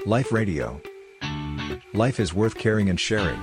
Life Radio. Life is worth caring and sharing.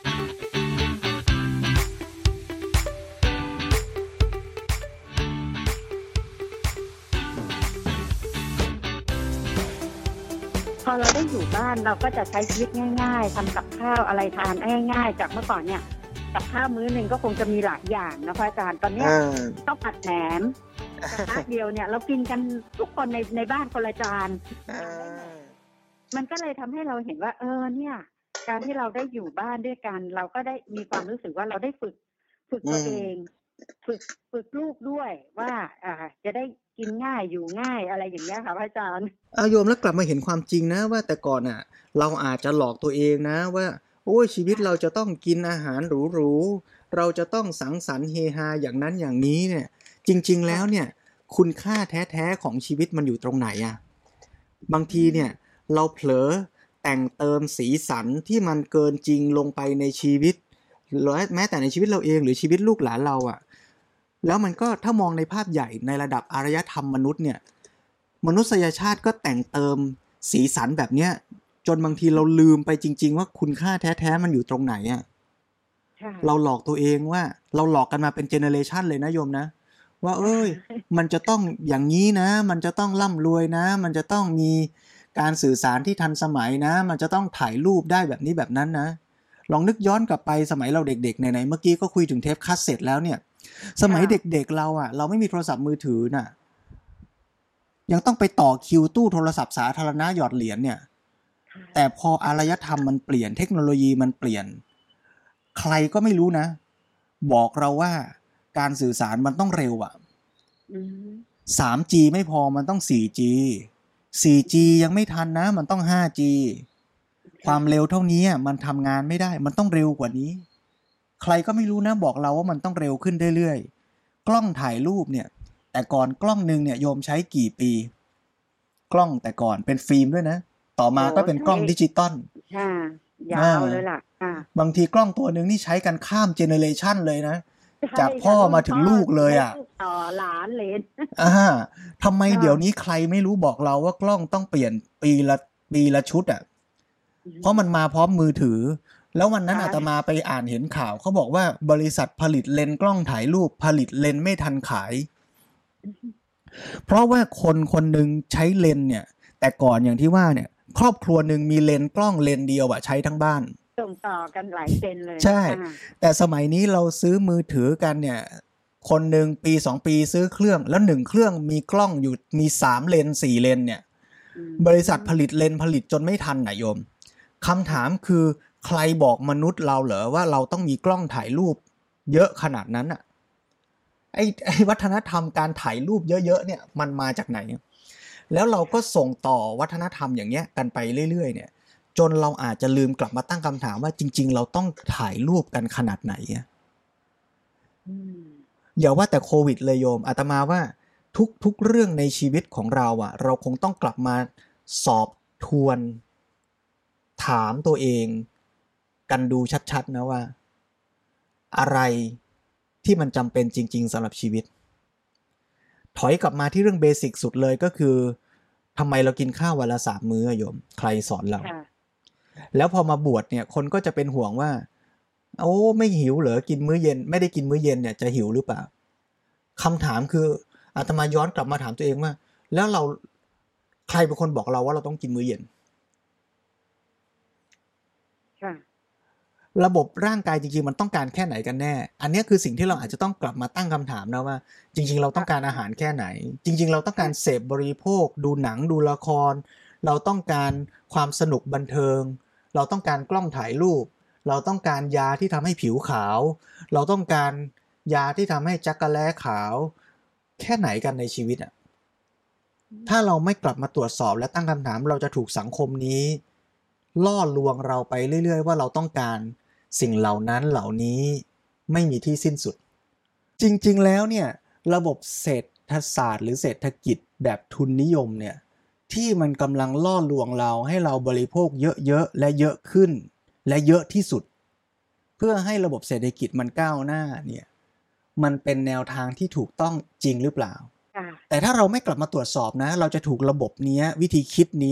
พอเราได้อยู่บ้านเราก็จะใช้ชีวิตง่ายๆทำกับข้าวอะไรทานง่ายๆจากเมื่อก่อนเนี่ยกับข้าวมื้อนึงก็คงจะมีหลายอย่างนะคะอาจารย์ตอนนี้ต้องผัดแหนมกระทะเดียวเนี่ยเรากินกันทุกคนในบ้านคนละจานมันก็เลยทำให้เราเห็นว่าเนี่ยการที่เราได้อยู่บ้านด้วยกันเราก็ได้มีความรู้สึกว่าเราได้ฝึกตัวเองฝึกลูกด้วยว่าจะได้กินง่ายอยู่ง่ายอะไรอย่างเงี้ยค่ะอาจารย์โยมแล้วกลับมาเห็นความจริงนะว่าแต่ก่อนเราอาจจะหลอกตัวเองนะว่าโอ้ยชีวิตเราจะต้องกินอาหารหรูๆเราจะต้องสังสรรค์เฮฮาอย่างนั้นอย่างนี้เนี่ยจริงๆแล้วเนี่ยคุณค่าแท้ๆของชีวิตมันอยู่ตรงไหนบางทีเนี่ยเราเผลอแต่งเติมสีสันที่มันเกินจริงลงไปในชีวิตแม้แต่ในชีวิตเราเองหรือชีวิตลูกหลานเราแล้วมันก็ถ้ามองในภาพใหญ่ในระดับอารยธรรมมนุษย์เนี่ยมนุษยชาติก็แต่งเติมสีสันแบบเนี้ยจนบางทีเราลืมไปจริงๆว่าคุณค่าแท้ๆมันอยู่ตรงไหนเราหลอกตัวเองว่าเราหลอกกันมาเป็นเจเนอเรชันเลยนะโยมนะว่ามันจะต้องอย่างนี้นะมันจะต้องร่ำรวยนะมันจะต้องมีการสื่อสารที่ทันสมัยนะมันจะต้องถ่ายรูปได้แบบนี้แบบนั้นนะลองนึกย้อนกลับไปสมัยเราเด็กๆไหนๆเมื่อกี้ก็คุยถึงเทปคัสเซ็ตแล้วเนี่ยสมัยเด็กๆเราไม่มีโทรศัพท์มือถือยังต้องไปต่อคิวตู้โทรศัพท์สาธารณะหยอดเหรียญเนี่ยแต่พออารยธรรมมันเปลี่ยนเทคโนโลยีมันเปลี่ยนใครก็ไม่รู้นะบอกเราว่าการสื่อสารมันต้องเร็ว3G ไม่พอมันต้อง 4G 4G ยังไม่ทันนะมันต้อง 5G ความเร็วเท่านี้มันทำงานไม่ได้มันต้องเร็วกว่านี้ใครก็ไม่รู้นะบอกเราว่ามันต้องเร็วขึ้นเรื่อยๆกล้องถ่ายรูปเนี่ยแต่ก่อนกล้องนึงเนี่ยโยมใช้กี่ปีกล้องแต่ก่อนเป็นฟิล์มด้วยนะต่อมาก็เป็นกล้องดิจิตอลยาวเลยล่ะบางทีกล้องตัวนึงนี่ใช้กันข้ามเจเนอเรชันเลยนะจากพ่อมาถึงลูกเลยต่อหลานเลนทำไมเดี๋ยวนี้ใครไม่รู้บอกเราว่ากล้องต้องเปลี่ยนปีละชุดเพราะมันมาพร้อมมือถือแล้ววันนั้นอาตมาไปอ่านเห็นข่าวเขาบอกว่าบริษัทผลิตเลนส์กล้องถ่ายรูปผลิตเลนส์ไม่ทันขายเพราะว่าคนนึงใช้เลนส์เนี่ยแต่ก่อนอย่างที่ว่าเนี่ยครอบครัวนึงมีเลนส์กล้องเลนส์เดียวใช้ทั้งบ้านส่งต่อกันหลายเลนเลยใช่แต่สมัยนี้เราซื้อมือถือกันเนี่ยคนนึงปี2ปีซื้อเครื่องแล้ว1เครื่องมีกล้องอยู่มี3เลนส์4เลนส์เนี่ยบริษัทผลิตเลนส์ผลิตจนไม่ทันโยมคำถามคือใครบอกมนุษย์เราเหรอว่าเราต้องมีกล้องถ่ายรูปเยอะขนาดนั้นไอ้วัฒนธรรมการถ่ายรูปเยอะๆเนี่ยมันมาจากไหนแล้วเราก็ส่งต่อวัฒนธรรมอย่างเงี้ยกันไปเรื่อยๆเนี่ยจนเราอาจจะลืมกลับมาตั้งคำถามว่าจริงๆเราต้องถ่ายรูปกันขนาดไหนอย่าว่าแต่โควิดเลยโยมอาตมาว่าทุกเรื่องในชีวิตของเราเราคงต้องกลับมาสอบทวนถามตัวเองกันดูชัดๆนะว่าอะไรที่มันจำเป็นจริงๆสำหรับชีวิตถอยกลับมาที่เรื่องเบสิกสุดเลยก็คือทำไมเรากินข้าววันละ3 มื้อโยมใครสอนเราแล้วพอมาบวชเนี่ยคนก็จะเป็นห่วงว่าโอ้ไม่หิวเหรอกินมื้อเย็นไม่ได้กินมื้อเย็นเนี่ยจะหิวหรือเปล่าคำถามคืออาตมาย้อนกลับมาถามตัวเองว่าแล้วเราใครเป็นคนบอกเราว่าเราต้องกินมื้อเย็นระบบร่างกายจริงๆมันต้องการแค่ไหนกันแน่อันนี้คือสิ่งที่เราอาจจะต้องกลับมาตั้งคำถามนะว่าจริงๆเราต้องการอาหารแค่ไหนจริงๆเราต้องการเสพบริโภคดูหนังดูละครเราต้องการความสนุกบันเทิงเราต้องการกล้องถ่ายรูปเราต้องการยาที่ทำให้ผิวขาวเราต้องการยาที่ทำให้จักระแล้ขาวแค่ไหนกันในชีวิตถ้าเราไม่กลับมาตรวจสอบและตั้งคำถามเราจะถูกสังคมนี้ล่อลวงเราไปเรื่อยๆว่าเราต้องการสิ่งเหล่านั้นเหล่านี้ไม่มีที่สิ้นสุดจริงๆแล้วเนี่ยระบบเศรษฐศาสตร์หรือเศรษฐกิจแบบทุนนิยมเนี่ยที่มันกำลังล่อลวงเราให้เราบริโภคเยอะๆและเยอะขึ้นและเยอะที่สุดเพื่อให้ระบบเศรษฐกิจมันก้าวหน้าเนี่ยมันเป็นแนวทางที่ถูกต้องจริงหรือเปล่าแต่ถ้าเราไม่กลับมาตรวจสอบนะเราจะถูกระบบนี้วิธีคิดนี้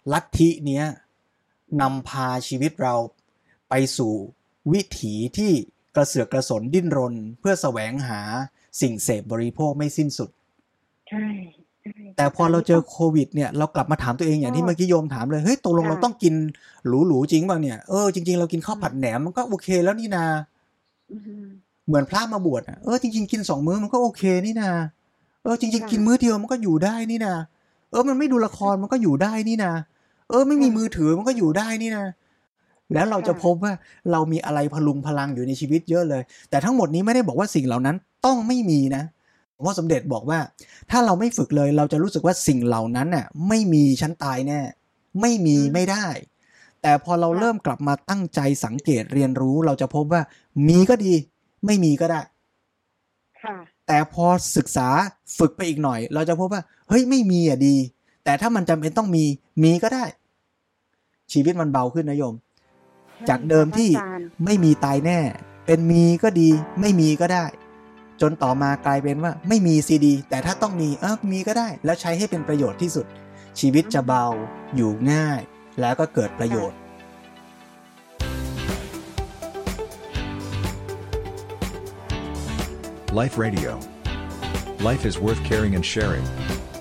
ลัทธิเนี้ยนำพาชีวิตเราไปสู่วิถีที่กระเสือกกระสนดิ้นรนเพื่อแสวงหาสิ่งเสพบริโภคไม่สิ้นสุดใช่แต่พอเราเจอโควิดเนี่ยเรากลับมาถามตัวเองอย่างที่เมื่อกี้โยมถามเลยเฮ้ยตกลงเราต้องกินหรูๆจริงป่ะเนี่ยจริงๆเรากินข้าวผัดแหนมมันก็โอเคแล้วนี่นาเหมือนพระมาบวชจริงๆกิน2 มื้อมันก็โอเคนี่นาจริงๆกินมื้อเดียวมันก็อยู่ได้นี่นามันไม่ดูละครมันก็อยู่ได้นี่นาไม่มีมือถือมันก็อยู่ได้นี่นะแล้วเราจะพบว่าเรามีอะไรพลุงพลังอยู่ในชีวิตเยอะเลยแต่ทั้งหมดนี้ไม่ได้บอกว่าสิ่งเหล่านั้นต้องไม่มีนะหลวงพ่อสมเด็จบอกว่าถ้าเราไม่ฝึกเลยเราจะรู้สึกว่าสิ่งเหล่านั้นน่ะไม่มีฉันตายแน่ไม่มีไม่ได้แต่พอเราเริ่มกลับมาตั้งใจสังเกตเรียนรู้เราจะพบว่ามีก็ดีไม่มีก็ได้แต่พอศึกษาฝึกไปอีกหน่อยเราจะพบว่าเฮ้ยไม่มีอ่ะดีแต่ถ้ามันจำเป็นต้องมีก็ได้ชีวิตมันเบาขึ้นนะโยมจากเดิมที่ไม่มีตายแน่เป็นมีก็ดีไม่มีก็ได้จนต่อมากลายเป็นว่าไม่มีซีดีแต่ถ้าต้องมีก็ได้แล้วใช้ให้เป็นประโยชน์ที่สุดชีวิตจะเบาอยู่ง่ายแล้วก็เกิดประโยชน์ Life Radio. Life is worth caring and sharing.